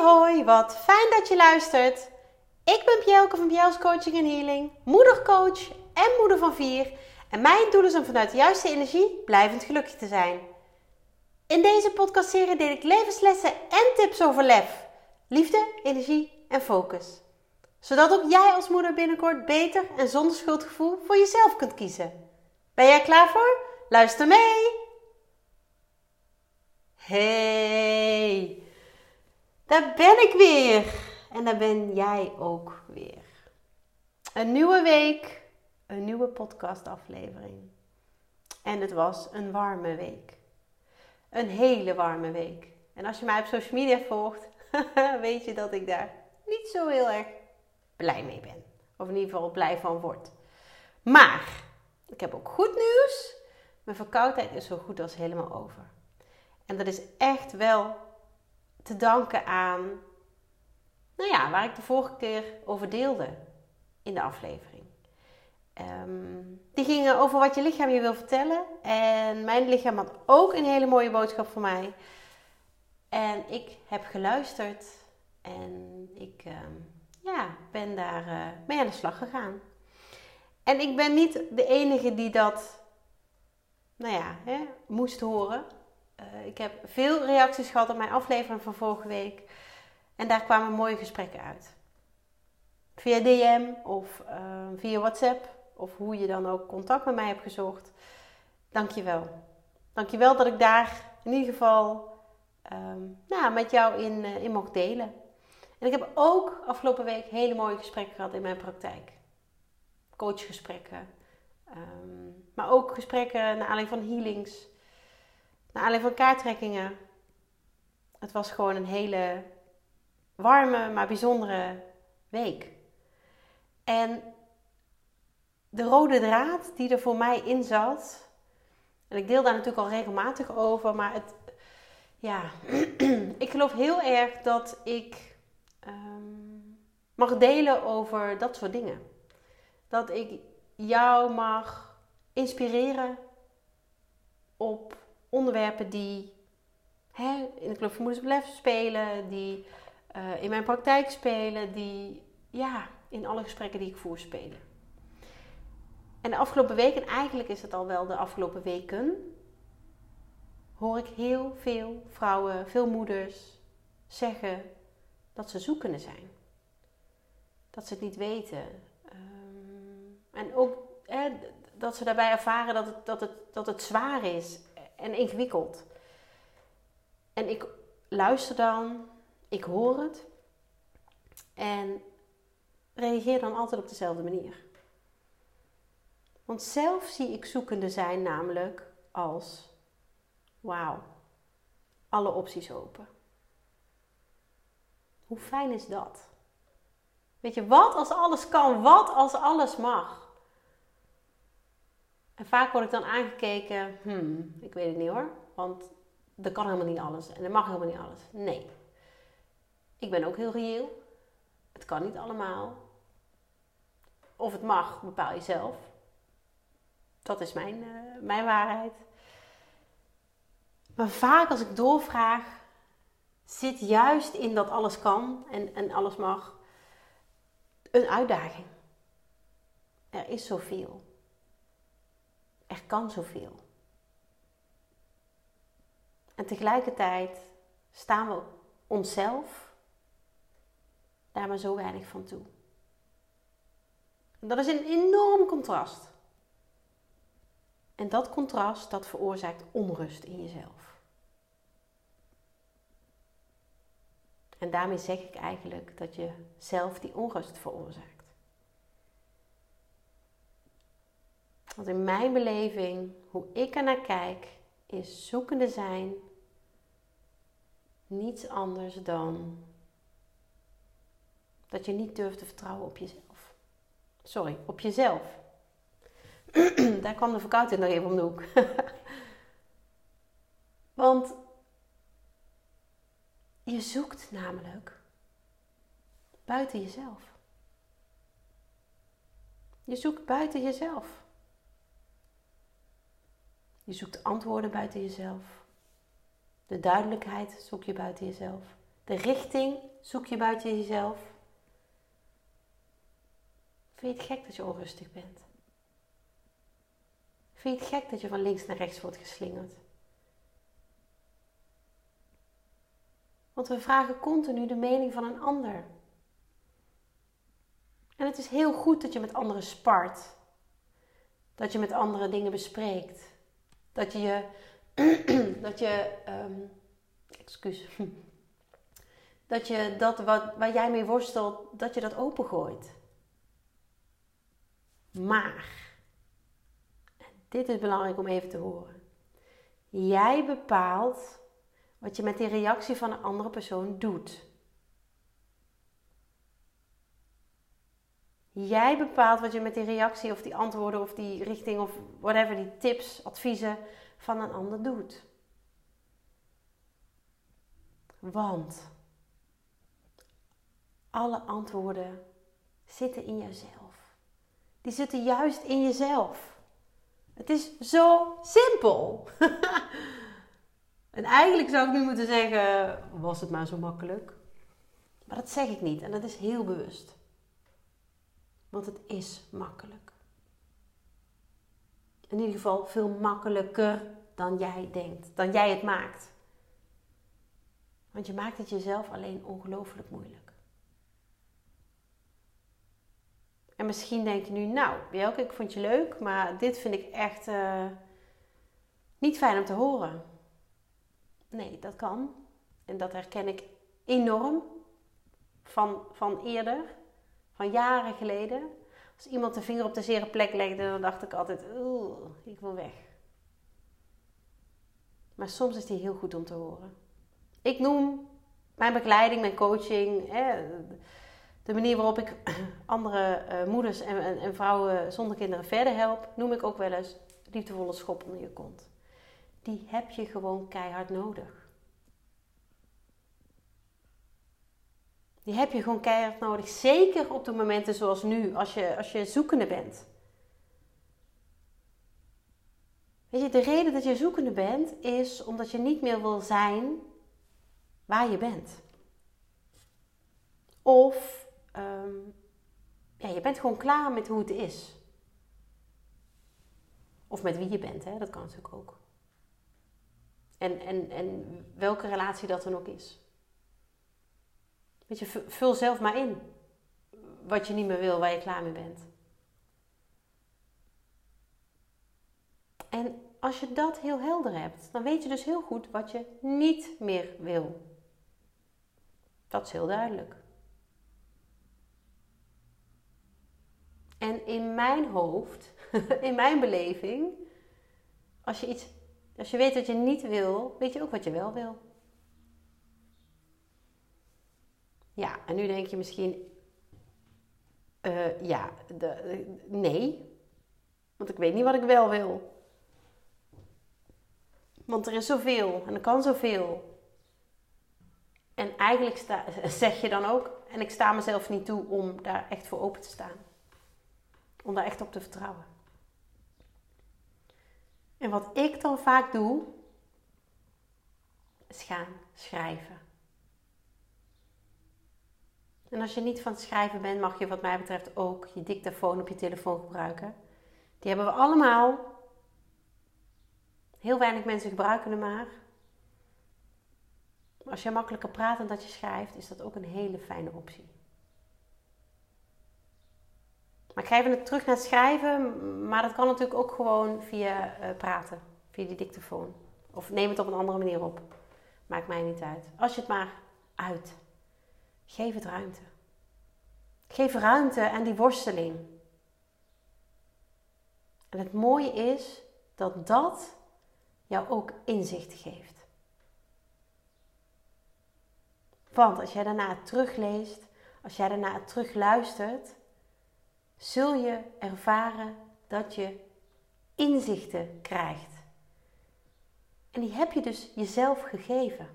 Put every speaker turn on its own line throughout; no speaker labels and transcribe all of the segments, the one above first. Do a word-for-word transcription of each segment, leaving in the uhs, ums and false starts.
hoi, wat fijn dat je luistert. Ik ben Bjelke van Bjels Coaching en Healing, moedercoach en moeder van vier. En mijn doel is om vanuit de juiste energie blijvend gelukkig te zijn. In deze podcastserie deel ik levenslessen en tips over lef, liefde, energie en focus. Zodat ook jij als moeder binnenkort beter en zonder schuldgevoel voor jezelf kunt kiezen. Ben jij klaar voor? Luister mee! Hey, daar ben ik weer. En daar ben jij ook weer. Een nieuwe week, een nieuwe podcastaflevering. En het was een warme week. Een hele warme week. En als je mij op social media volgt, weet je dat ik daar niet zo heel erg blij mee ben. Of in ieder geval blij van word. Maar, ik heb ook goed nieuws. Mijn verkoudheid is zo goed als helemaal over. En dat is echt wel te danken aan, nou ja, waar ik de vorige keer over deelde in de aflevering. Um, die gingen over wat je lichaam je wil vertellen. En mijn lichaam had ook een hele mooie boodschap voor mij. En ik heb geluisterd en ik um, ja, ben daar uh, mee aan de slag gegaan. En ik ben niet de enige die dat, nou ja, hè, moest horen. Uh, ik heb veel reacties gehad op mijn aflevering van vorige week. En daar kwamen mooie gesprekken uit. Via D M of uh, via WhatsApp. Of hoe je dan ook contact met mij hebt gezocht. Dankjewel. Dankjewel dat ik daar in ieder geval um, nou, met jou in, uh, in mocht delen. En ik heb ook afgelopen week hele mooie gesprekken gehad in mijn praktijk. Coachgesprekken. Um, maar ook gesprekken naar aanleiding van healings. Naar aanleiding van kaarttrekkingen. Het was gewoon een hele warme, maar bijzondere week. En de rode draad die er voor mij in zat. En ik deel daar natuurlijk al regelmatig over. Maar het, ja, ik geloof heel erg dat ik um, mag delen over dat soort dingen. Dat ik jou mag inspireren op onderwerpen die hè, in de Club voor Moeders op Lef spelen, die uh, in mijn praktijk spelen, die ja, in alle gesprekken die ik voer spelen. En de afgelopen weken, en eigenlijk is het al wel de afgelopen weken, hoor ik heel veel vrouwen, veel moeders zeggen dat ze zoekende zijn. Dat ze het niet weten. Um, en ook hè, dat ze daarbij ervaren dat het, dat, het, dat het zwaar is en ingewikkeld. En ik luister dan, ik hoor het en reageer dan altijd op dezelfde manier. Want zelf zie ik zoekende zijn namelijk als, wauw, alle opties open. Hoe fijn is dat? Weet je, wat als alles kan, wat als alles mag? En vaak word ik dan aangekeken, hmm, ik weet het niet hoor, want dat kan helemaal niet alles en dat mag helemaal niet alles. Nee, ik ben ook heel reëel. Het kan niet allemaal. Of het mag, bepaal je zelf. Dat is mijn, uh, mijn waarheid. Maar vaak als ik doorvraag, zit juist in dat alles kan en, en alles mag een uitdaging. Er is zoveel. Er kan zoveel. En tegelijkertijd staan we onszelf daar maar zo weinig van toe. En dat is een enorm contrast. En dat contrast, dat veroorzaakt onrust in jezelf. En daarmee zeg ik eigenlijk dat je zelf die onrust veroorzaakt. Want in mijn beleving, hoe ik er naar kijk, is zoekende zijn niets anders dan dat je niet durft te vertrouwen op jezelf. Sorry, op jezelf. Daar kwam de verkoudheid nog even om de hoek. Want je zoekt namelijk buiten jezelf. Je zoekt buiten jezelf. Je zoekt antwoorden buiten jezelf. De duidelijkheid zoek je buiten jezelf. De richting zoek je buiten jezelf. Vind je het gek dat je onrustig bent? Vind je het gek dat je van links naar rechts wordt geslingerd? Want we vragen continu de mening van een ander. En het is heel goed dat je met anderen spart. Dat je met anderen dingen bespreekt. Dat je, dat je, um, excuus, dat je dat wat, waar jij mee worstelt, dat je dat opengooit. Maar, en dit is belangrijk om even te horen. Jij bepaalt wat je met die reactie van een andere persoon doet. Jij bepaalt wat je met die reactie of die antwoorden of die richting of whatever, die tips, adviezen van een ander doet. Want alle antwoorden zitten in jezelf. Die zitten juist in jezelf. Het is zo simpel. En eigenlijk zou ik nu moeten zeggen, was het maar zo makkelijk. Maar dat zeg ik niet en dat is heel bewust. Want het is makkelijk. In ieder geval veel makkelijker dan jij denkt. Dan jij het maakt. Want je maakt het jezelf alleen ongelooflijk moeilijk. En misschien denk je nu, nou, Jelke, ik vond je leuk. Maar dit vind ik echt uh, niet fijn om te horen. Nee, dat kan. En dat herken ik enorm. Van, van eerder. Van jaren geleden. Als iemand de vinger op de zere plek legde, dan dacht ik altijd, oeh, ik wil weg. Maar soms is die heel goed om te horen. Ik noem mijn begeleiding, mijn coaching, hè, de manier waarop ik andere uh, moeders en, en, en vrouwen zonder kinderen verder help, noem ik ook wel eens liefdevolle schop onder je kont. Die heb je gewoon keihard nodig. Die heb je gewoon keihard nodig. Zeker op de momenten zoals nu, als je, als je zoekende bent. Weet je, de reden dat je zoekende bent, is omdat je niet meer wil zijn waar je bent. Of, um, ja, je bent gewoon klaar met hoe het is. Of met wie je bent, hè? Dat kan natuurlijk ook. En, en, en welke relatie dat dan ook is. Weet je, vul zelf maar in wat je niet meer wil, waar je klaar mee bent. En als je dat heel helder hebt, dan weet je dus heel goed wat je niet meer wil. Dat is heel duidelijk. En in mijn hoofd, in mijn beleving, als je, iets, als je weet wat je niet wil, weet je ook wat je wel wil. Ja, en nu denk je misschien, uh, ja, de, uh, nee, want ik weet niet wat ik wel wil. Want er is zoveel en er kan zoveel. En eigenlijk sta, zeg je dan ook, en ik sta mezelf niet toe om daar echt voor open te staan. Om daar echt op te vertrouwen. En wat ik dan vaak doe, is gaan schrijven. En als je niet van het schrijven bent, mag je wat mij betreft ook je dictafoon op je telefoon gebruiken. Die hebben we allemaal. Heel weinig mensen gebruiken hem maar. Maar als je makkelijker praat dan dat je schrijft, is dat ook een hele fijne optie. Maar ik ga even terug naar het schrijven, maar dat kan natuurlijk ook gewoon via uh, praten, via die dictafoon. Of neem het op een andere manier op. Maakt mij niet uit. Als je het maar uit. Geef het ruimte. Geef ruimte aan die worsteling. En het mooie is dat dat jou ook inzicht geeft. Want als jij daarna terugleest, als jij daarna terugluistert, zul je ervaren dat je inzichten krijgt. En die heb je dus jezelf gegeven.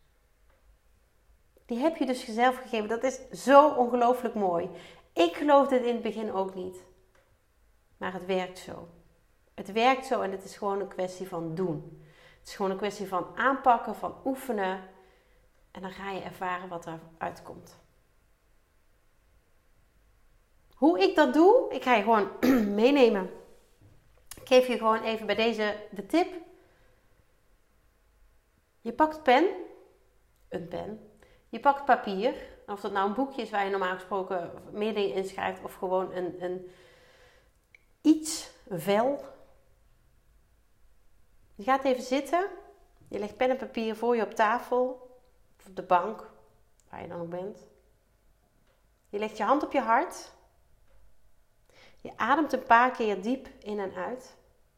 Die heb je dus jezelf gegeven. Dat is zo ongelooflijk mooi. Ik geloofde het in het begin ook niet. Maar het werkt zo. Het werkt zo en het is gewoon een kwestie van doen. Het is gewoon een kwestie van aanpakken, van oefenen. En dan ga je ervaren wat er uitkomt. Hoe ik dat doe, ik ga je gewoon meenemen. Ik geef je gewoon even bij deze de tip. Je pakt pen, een pen. Je pakt papier. Of dat nou een boekje is waar je normaal gesproken meer dingen inschrijft. Of gewoon een, een iets, een vel. Je gaat even zitten. Je legt pen en papier voor je op tafel. Of op de bank, waar je dan ook bent. Je legt je hand op je hart. Je ademt een paar keer diep in en uit.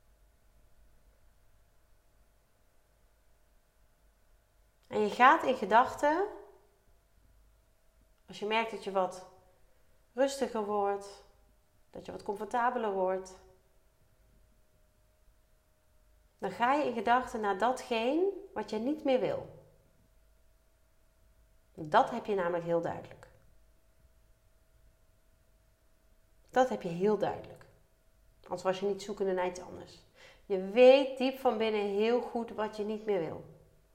En je gaat in gedachten, als je merkt dat je wat rustiger wordt, dat je wat comfortabeler wordt, dan ga je in gedachten naar datgene wat je niet meer wil. Dat heb je namelijk heel duidelijk. Dat heb je heel duidelijk. Anders was je niet zoekende naar iets anders. Je weet diep van binnen heel goed wat je niet meer wil.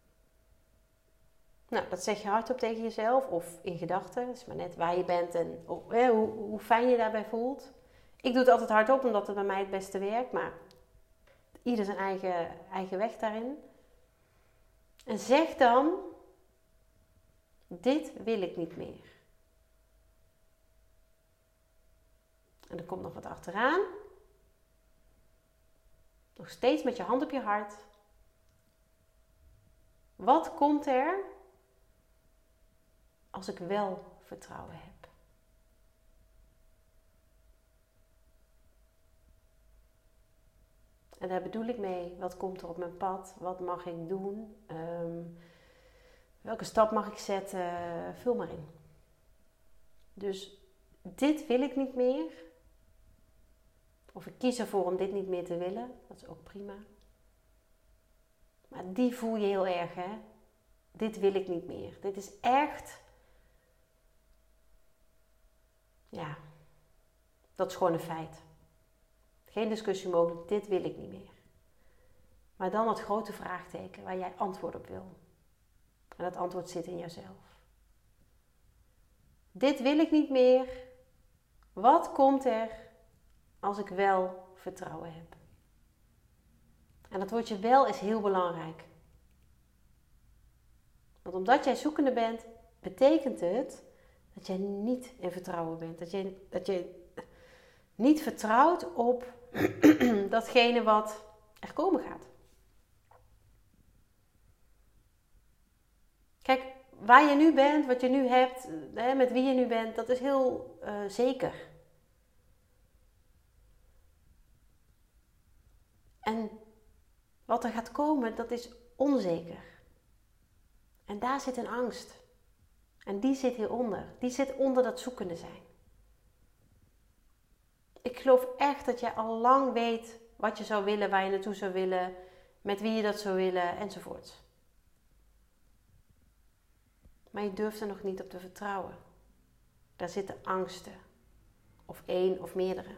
Nou, dat zeg je hardop tegen jezelf of in gedachten. Het is maar net waar je bent en hoe, hoe fijn je daarbij voelt. Ik doe het altijd hardop omdat het bij mij het beste werkt. Maar ieder zijn eigen, eigen weg daarin. En zeg dan, dit wil ik niet meer. En er komt nog wat achteraan. Nog steeds met je hand op je hart. Wat komt er als ik wel vertrouwen heb? En daar bedoel ik mee, wat komt er op mijn pad? Wat mag ik doen? Um, welke stap mag ik zetten? Vul maar in. Dus dit wil ik niet meer. Of ik kies ervoor om dit niet meer te willen. Dat is ook prima. Maar die voel je heel erg, hè? Dit wil ik niet meer. Dit is echt... Ja, dat is gewoon een feit. Geen discussie mogelijk, dit wil ik niet meer. Maar dan het grote vraagteken waar jij antwoord op wil. En dat antwoord zit in jezelf. Dit wil ik niet meer. Wat komt er als ik wel vertrouwen heb? En dat woordje wel is heel belangrijk. Want omdat jij zoekende bent, betekent het dat jij niet in vertrouwen bent. Dat je, dat je niet vertrouwt op datgene wat er komen gaat. Kijk, waar je nu bent, wat je nu hebt, met wie je nu bent, dat is heel uh, zeker. En wat er gaat komen, dat is onzeker. En daar zit een angst. En die zit hieronder. Die zit onder dat zoekende zijn. Ik geloof echt dat jij al lang weet wat je zou willen, waar je naartoe zou willen, met wie je dat zou willen, enzovoort. Maar je durft er nog niet op te vertrouwen. Daar zitten angsten. Of één of meerdere.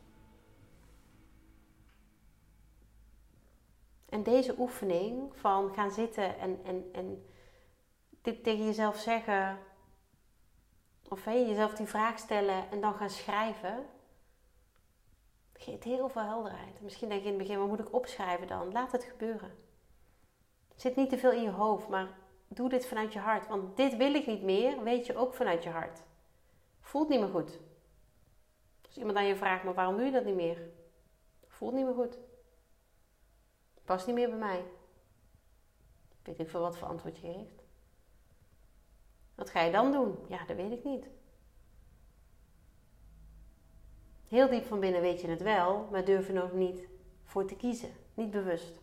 En deze oefening van gaan zitten en, en, en dit tegen jezelf zeggen. Of hey, jezelf die vraag stellen en dan gaan schrijven. Geeft heel veel helderheid. Misschien denk je in het begin, wat moet ik opschrijven dan? Laat het gebeuren. Zit niet te veel in je hoofd, maar doe dit vanuit je hart. Want dit wil ik niet meer, weet je ook vanuit je hart. Voelt niet meer goed. Als iemand aan je vraagt, maar waarom doe je dat niet meer? Voelt niet meer goed. Past niet meer bij mij. Weet ik veel wat voor antwoord je geeft. Wat ga je dan doen? Ja, dat weet ik niet. Heel diep van binnen weet je het wel, maar durf er nog niet voor te kiezen. Niet bewust.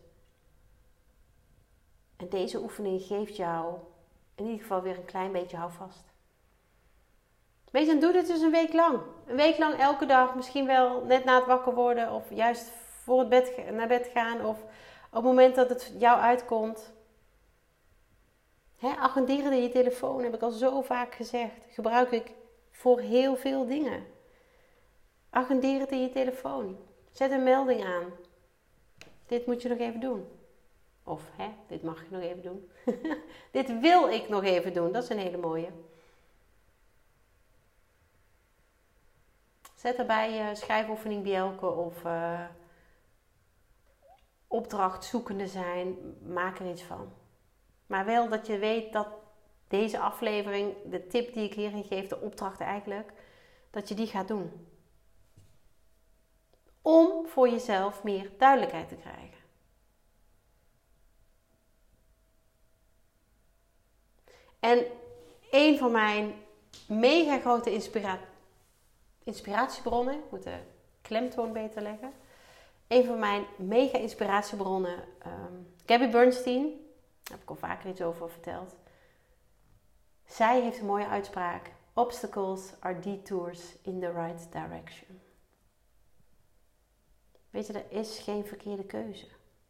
En deze oefening geeft jou in ieder geval weer een klein beetje houvast. Wees en doe dit dus een week lang. Een week lang elke dag. Misschien wel net na het wakker worden. Of juist voor het bed, naar bed gaan. Of op het moment dat het jou uitkomt. Hè, agenderen in je telefoon, heb ik al zo vaak gezegd. Gebruik ik voor heel veel dingen. Agendeer het in je telefoon. Zet een melding aan. Dit moet je nog even doen. Of, hè, dit mag ik nog even doen. Dit wil ik nog even doen. Dat is een hele mooie. Zet erbij uh, schrijfoefening Bjelke of uh, opdracht zoekende zijn. Maak er iets van. Maar wel dat je weet dat deze aflevering, de tip die ik hierin geef, de opdracht eigenlijk, dat je die gaat doen. Om voor jezelf meer duidelijkheid te krijgen. En een van mijn mega grote inspira- inspiratiebronnen, ik moet de klemtoon beter leggen. Een van mijn mega inspiratiebronnen, um, Gabby Bernstein, daar heb ik al vaker iets over verteld. Zij heeft een mooie uitspraak. Obstacles are detours in the right direction. Weet je, er is geen verkeerde keuze.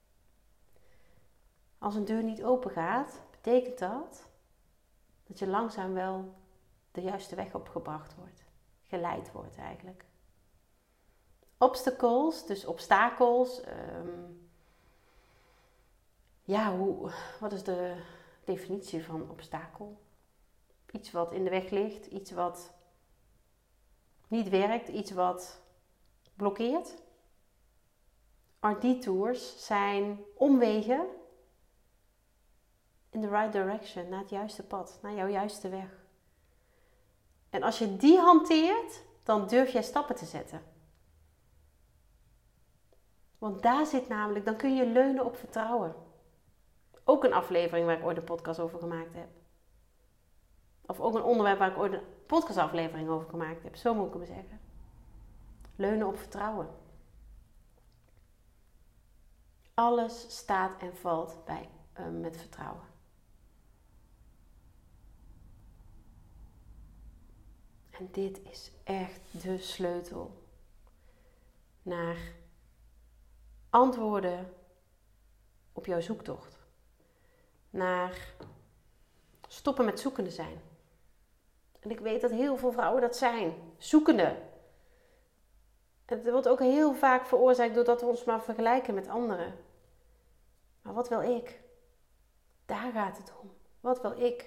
Als een deur niet open gaat, betekent dat dat je langzaam wel de juiste weg opgebracht wordt. Geleid wordt eigenlijk. Obstacles, dus obstakels. Um, ja, hoe, wat is de definitie van obstakel? Iets wat in de weg ligt, iets wat niet werkt, iets wat blokkeert. Our detours zijn omwegen in the right direction, naar het juiste pad, naar jouw juiste weg. En als je die hanteert, dan durf jij stappen te zetten. Want daar zit namelijk, dan kun je leunen op vertrouwen. Ook een aflevering waar ik ooit een podcast over gemaakt heb. Of ook een onderwerp waar ik ooit een podcastaflevering over gemaakt heb. Zo moet ik hem zeggen. Leunen op vertrouwen. Alles staat en valt bij, uh, met vertrouwen. En dit is echt de sleutel naar antwoorden op jouw zoektocht. Naar stoppen met zoekende zijn. En ik weet dat heel veel vrouwen dat zijn. Zoekende. Het wordt ook heel vaak veroorzaakt doordat we ons maar vergelijken met anderen. Maar wat wil ik? Daar gaat het om. Wat wil ik?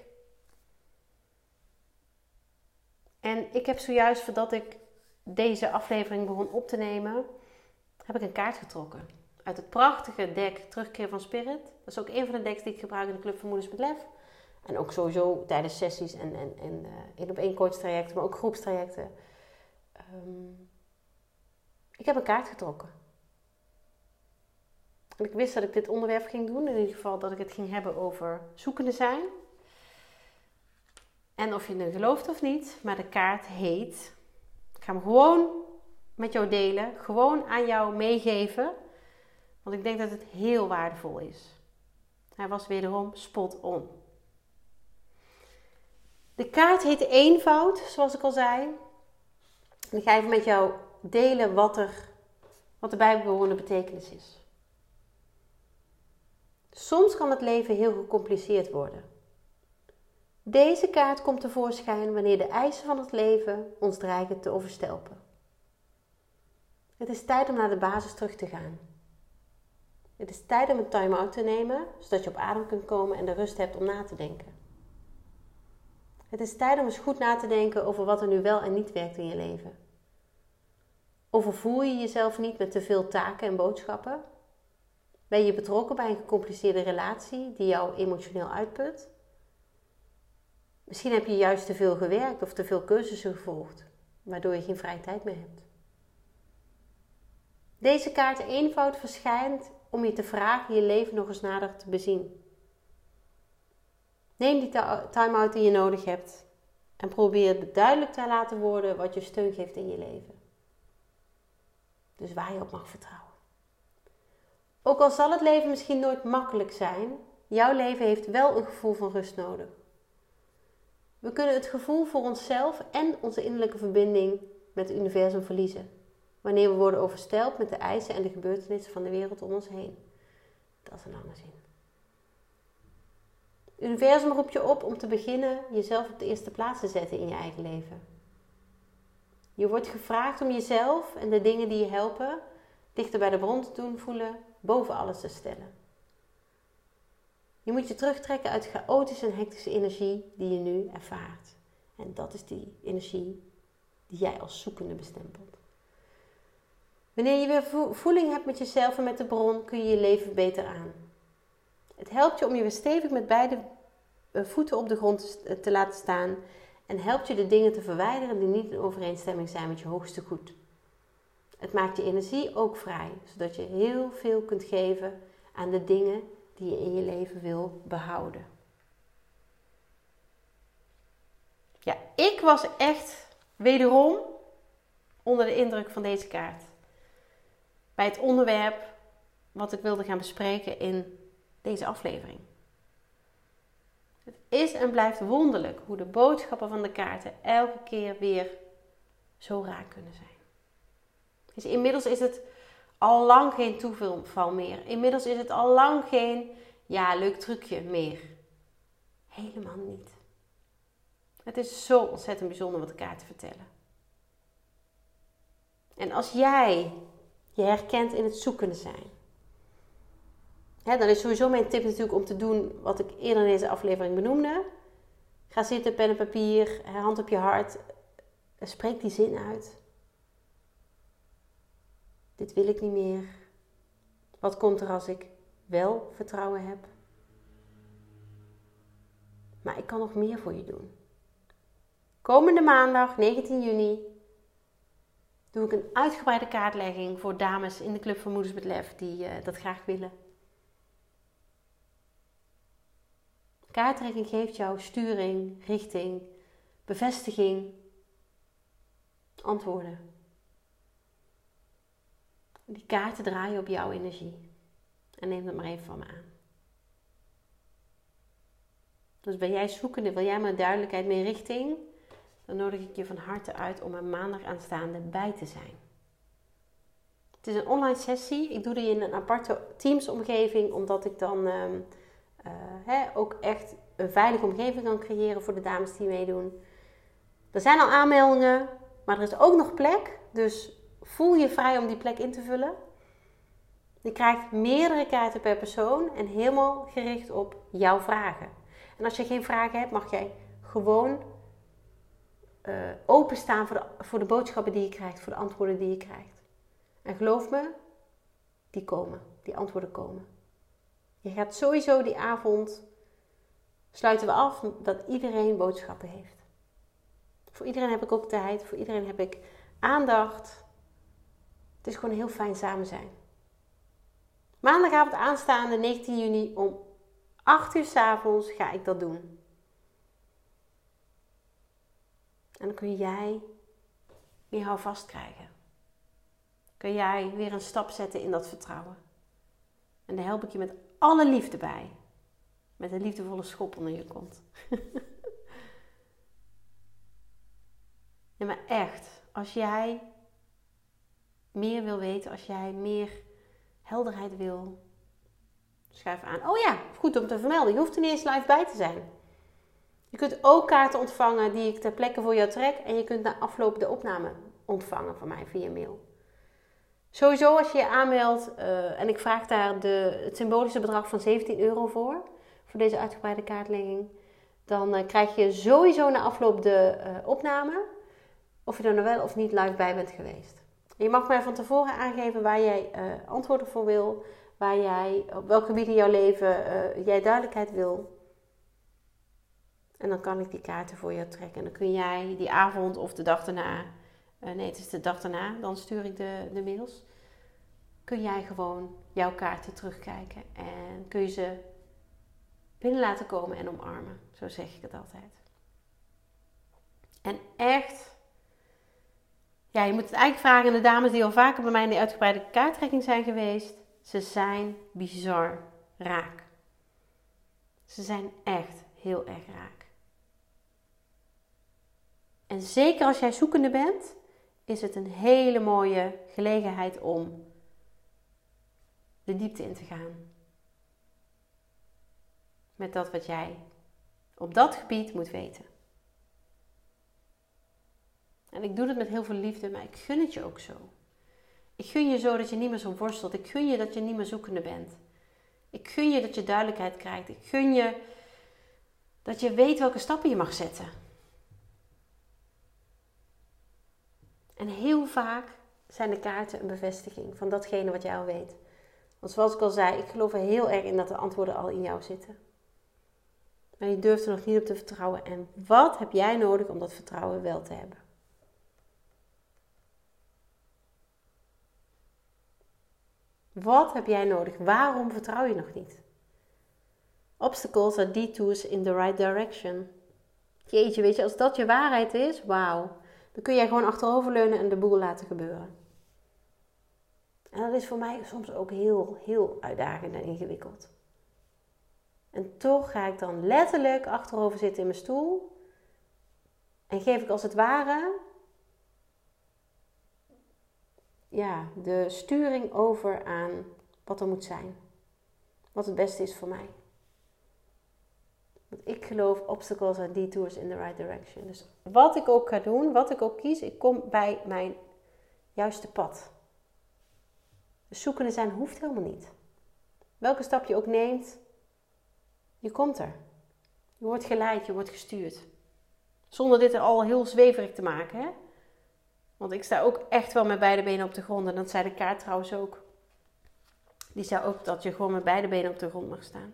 En ik heb zojuist, voordat ik deze aflevering begon op te nemen, heb ik een kaart getrokken. Uit het prachtige deck Terugkeer van Spirit. Dat is ook een van de decks die ik gebruik in de Club van Moeders met Lef. En ook sowieso tijdens sessies en, en, en uh, één op één coachtrajecten, maar ook groepstrajecten. Um, ik heb een kaart getrokken. En ik wist dat ik dit onderwerp ging doen. In ieder geval dat ik het ging hebben over zoekende zijn. En of je het gelooft of niet, maar de kaart heet. Ik ga hem gewoon met jou delen. Gewoon aan jou meegeven. Want ik denk dat het heel waardevol is. Hij was wederom spot on. De kaart heet eenvoud, zoals ik al zei. En ik ga even met jou delen wat, er, wat de bijbehorende betekenis is. Soms kan het leven heel gecompliceerd worden. Deze kaart komt tevoorschijn wanneer de eisen van het leven ons dreigen te overstelpen. Het is tijd om naar de basis terug te gaan. Het is tijd om een time-out te nemen, zodat je op adem kunt komen en de rust hebt om na te denken. Het is tijd om eens goed na te denken over wat er nu wel en niet werkt in je leven. Overvoer je jezelf niet met te veel taken en boodschappen? Ben je betrokken bij een gecompliceerde relatie die jou emotioneel uitput? Misschien heb je juist te veel gewerkt of te veel cursussen gevolgd, waardoor je geen vrije tijd meer hebt. Deze kaart eenvoud verschijnt om je te vragen je leven nog eens nader te bezien. Neem die time-out die je nodig hebt en probeer duidelijk te laten worden wat je steun geeft in je leven. Dus waar je op mag vertrouwen. Ook al zal het leven misschien nooit makkelijk zijn, jouw leven heeft wel een gevoel van rust nodig. We kunnen het gevoel voor onszelf en onze innerlijke verbinding met het universum verliezen, wanneer we worden overstelpt met de eisen en de gebeurtenissen van de wereld om ons heen. Dat is een lange zin. Het universum roept je op om te beginnen jezelf op de eerste plaats te zetten in je eigen leven. Je wordt gevraagd om jezelf en de dingen die je helpen dichter bij de bron te doen voelen, boven alles te stellen. Je moet je terugtrekken uit chaotische en hectische energie die je nu ervaart. En dat is die energie die jij als zoekende bestempelt. Wanneer je weer voeling hebt met jezelf en met de bron, kun je je leven beter aan. Het helpt je om je weer stevig met beide voeten op de grond te laten staan en helpt je de dingen te verwijderen die niet in overeenstemming zijn met je hoogste goed. Het maakt je energie ook vrij, zodat je heel veel kunt geven aan de dingen die je in je leven wil behouden. Ja, ik was echt wederom onder de indruk van deze kaart. Bij het onderwerp wat ik wilde gaan bespreken in deze aflevering. Het is en blijft wonderlijk hoe de boodschappen van de kaarten elke keer weer zo raak kunnen zijn. Dus inmiddels is het al lang geen toeval meer. Inmiddels is het al lang geen, ja, leuk trucje meer. Helemaal niet. Het is zo ontzettend bijzonder wat de kaarten vertellen. En als jij je herkent in het zoekende zijn, hè, dan is sowieso mijn tip natuurlijk om te doen wat ik eerder in deze aflevering benoemde. Ga zitten, pen en papier, hand op je hart. Spreek die zin uit. Dit wil ik niet meer. Wat komt er als ik wel vertrouwen heb? Maar ik kan nog meer voor je doen. Komende maandag, negentien juni, doe ik een uitgebreide kaartlegging voor dames in de Club van Moeders met Lef die uh, dat graag willen. Kaarttrekking geeft jou sturing, richting, bevestiging, antwoorden. Die kaarten draaien op jouw energie. En neem dat maar even van me aan. Dus ben jij zoekende, wil jij maar duidelijkheid, meer richting? Dan nodig ik je van harte uit om er maandag aanstaande bij te zijn. Het is een online sessie. Ik doe die in een aparte Teams-omgeving, omdat ik dan uh, uh, hè, ook echt een veilige omgeving kan creëren voor de dames die meedoen. Er zijn al aanmeldingen, maar er is ook nog plek. Dus voel je vrij om die plek in te vullen. Je krijgt meerdere kaarten per persoon en helemaal gericht op jouw vragen. En als je geen vragen hebt, mag jij gewoon uh, openstaan voor de, voor de boodschappen die je krijgt, voor de antwoorden die je krijgt. En geloof me, die komen, die antwoorden komen. Je gaat sowieso die avond, sluiten we af, dat iedereen boodschappen heeft. Voor iedereen heb ik ook tijd, voor iedereen heb ik aandacht. Het is gewoon heel fijn samen zijn. Maandagavond aanstaande, negentien juni, om acht uur 's avonds ga ik dat doen. En dan kun jij meer houvast krijgen. Kun jij weer een stap zetten in dat vertrouwen. En daar help ik je met alle liefde bij. Met een liefdevolle schop onder je kont. Ja, maar echt, als jij meer wil weten, als jij meer helderheid wil, schuif aan. Oh ja, goed om te vermelden, je hoeft er niet eens live bij te zijn. Je kunt ook kaarten ontvangen die ik ter plekke voor jou trek. En je kunt na afloop de opname ontvangen van mij via mail. Sowieso als je je aanmeldt, uh, en ik vraag daar de, het symbolische bedrag van zeventien euro voor. Voor deze uitgebreide kaartlegging. Dan uh, krijg je sowieso na afloop de uh, opname. Of je er nou wel of niet live bij bent geweest. Je mag mij van tevoren aangeven waar jij uh, antwoorden voor wil. Waar jij, op welk gebied in jouw leven uh, jij duidelijkheid wil. En dan kan ik die kaarten voor jou trekken. En dan kun jij die avond of de dag daarna, uh, nee het is de dag daarna, dan stuur ik de, de mails. Kun jij gewoon jouw kaarten terugkijken. En kun je ze binnen laten komen en omarmen. Zo zeg ik het altijd. En echt, ja, je moet het eigenlijk vragen aan de dames die al vaker bij mij in die uitgebreide kaarttrekking zijn geweest. Ze zijn bizar raak. Ze zijn echt heel erg raak. En zeker als jij zoekende bent, is het een hele mooie gelegenheid om de diepte in te gaan. Met dat wat jij op dat gebied moet weten. En ik doe het met heel veel liefde, maar ik gun het je ook zo. Ik gun je zo dat je niet meer zo worstelt. Ik gun je dat je niet meer zoekende bent. Ik gun je dat je duidelijkheid krijgt. Ik gun je dat je weet welke stappen je mag zetten. En heel vaak zijn de kaarten een bevestiging van datgene wat jij al weet. Want zoals ik al zei, ik geloof er heel erg in dat de antwoorden al in jou zitten. Maar je durft er nog niet op te vertrouwen. En wat heb jij nodig om dat vertrouwen wel te hebben? Wat heb jij nodig? Waarom vertrouw je nog niet? Obstacles are detours in the right direction. Jeetje, weet je, als dat je waarheid is, wauw. Dan kun jij gewoon achteroverleunen en de boel laten gebeuren. En dat is voor mij soms ook heel, heel uitdagend en ingewikkeld. En toch ga ik dan letterlijk achterover zitten in mijn stoel. En geef ik als het ware ja, de sturing over aan wat er moet zijn. Wat het beste is voor mij. Want ik geloof obstacles are detours in the right direction. Dus wat ik ook ga doen, wat ik ook kies, ik kom bij mijn juiste pad. Dus zoekende zijn hoeft helemaal niet. Welke stap je ook neemt, je komt er. Je wordt geleid, je wordt gestuurd. Zonder dit er al heel zweverig te maken, hè? Want ik sta ook echt wel met beide benen op de grond. En dat zei de kaart trouwens ook. Die zei ook dat je gewoon met beide benen op de grond mag staan.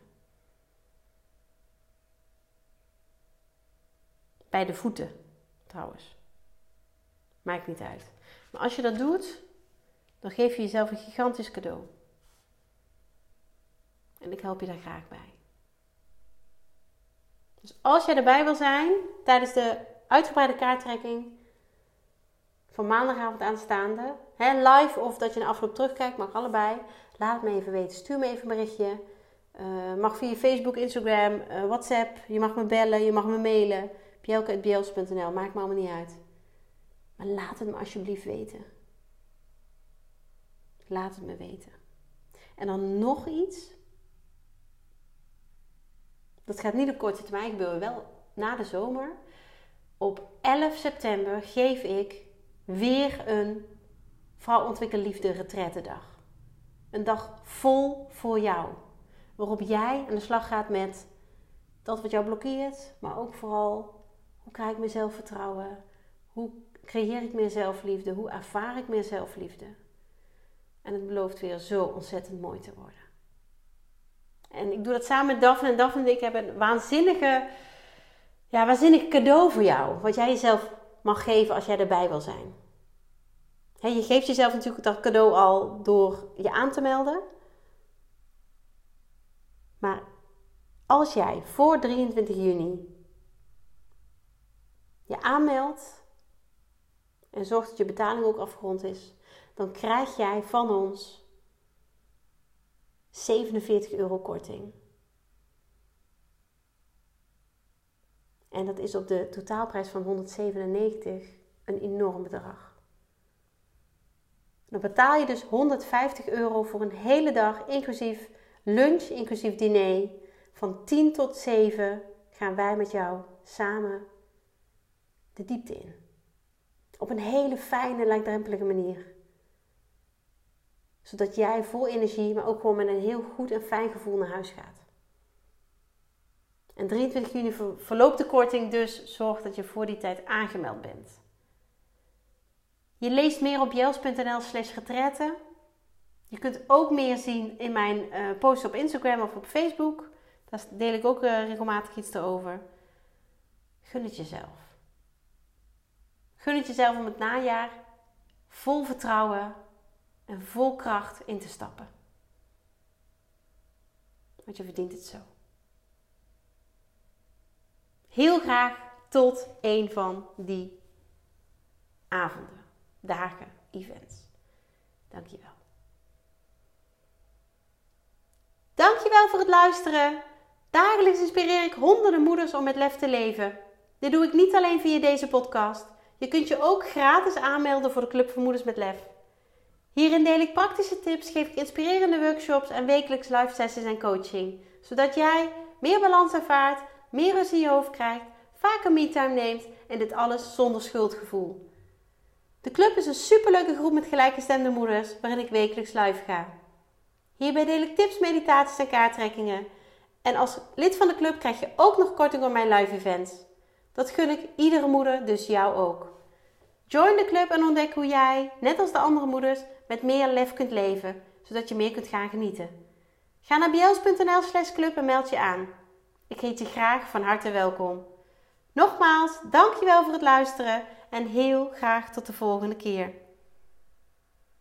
Bij de voeten, trouwens. Maakt niet uit. Maar als je dat doet, dan geef je jezelf een gigantisch cadeau. En ik help je daar graag bij. Dus als jij erbij wil zijn, tijdens de uitgebreide kaarttrekking van maandagavond aanstaande, hè, live of dat je een afloop terugkijkt, mag allebei. Laat het me even weten. Stuur me even een berichtje. Uh, mag via Facebook, Instagram, uh, WhatsApp. Je mag me bellen, je mag me mailen. bjelke apenstaartje bjels punt n l, maakt me allemaal niet uit. Maar laat het me alsjeblieft weten. Laat het me weten. En dan nog iets. Dat gaat niet op korte termijn gebeuren, wel na de zomer. Op elf september geef ik weer een Vrouw Ontwikkel Liefde retraitedag. Een dag vol voor jou. Waarop jij aan de slag gaat met dat wat jou blokkeert. Maar ook vooral, hoe krijg ik meer zelfvertrouwen? Hoe creëer ik meer zelfliefde? Hoe ervaar ik meer zelfliefde? En het belooft weer zo ontzettend mooi te worden. En ik doe dat samen met Daphne. En Daphne en ik hebben een waanzinnige, ja, waanzinnig cadeau voor jou. Wat jij jezelf mag geven als jij erbij wil zijn. He, je geeft jezelf natuurlijk dat cadeau al door je aan te melden. Maar als jij voor drieëntwintig juni je aanmeldt en zorgt dat je betaling ook afgerond is, dan krijg jij van ons zevenenveertig euro korting. En dat is op de totaalprijs van honderdzevenennegentig een enorm bedrag. Dan betaal je dus honderdvijftig euro voor een hele dag, inclusief lunch, inclusief diner. Van tien tot zeven gaan wij met jou samen de diepte in. Op een hele fijne, laagdrempelige manier. Zodat jij vol energie, maar ook gewoon met een heel goed en fijn gevoel naar huis gaat. En drieëntwintig juni verloopt de korting, dus zorg dat je voor die tijd aangemeld bent. Je leest meer op bjels punt n l slash retraite. Je kunt ook meer zien in mijn uh, posts op Instagram of op Facebook. Daar deel ik ook uh, regelmatig iets erover. Gun het jezelf. Gun het jezelf om het najaar vol vertrouwen en vol kracht in te stappen. Want je verdient het zo. Heel graag tot een van die avonden, dagen, events. Dankjewel. Dankjewel voor het luisteren. Dagelijks inspireer ik honderden moeders om met lef te leven. Dit doe ik niet alleen via deze podcast. Je kunt je ook gratis aanmelden voor de Club voor Moeders met Lef. Hierin deel ik praktische tips, geef ik inspirerende workshops en wekelijks live sessies en coaching. Zodat jij meer balans ervaart, meer rust in je hoofd krijgt, vaker me-time neemt en dit alles zonder schuldgevoel. De club is een superleuke groep met gelijkgestemde moeders waarin ik wekelijks live ga. Hierbij deel ik tips, meditaties en kaarttrekkingen. En als lid van de club krijg je ook nog korting op mijn live events. Dat gun ik iedere moeder, dus jou ook. Join de club en ontdek hoe jij, net als de andere moeders, met meer lef kunt leven, zodat je meer kunt gaan genieten. Ga naar bjels.nl slash club en meld je aan. Ik heet je graag van harte welkom. Nogmaals, dankjewel voor het luisteren en heel graag tot de volgende keer.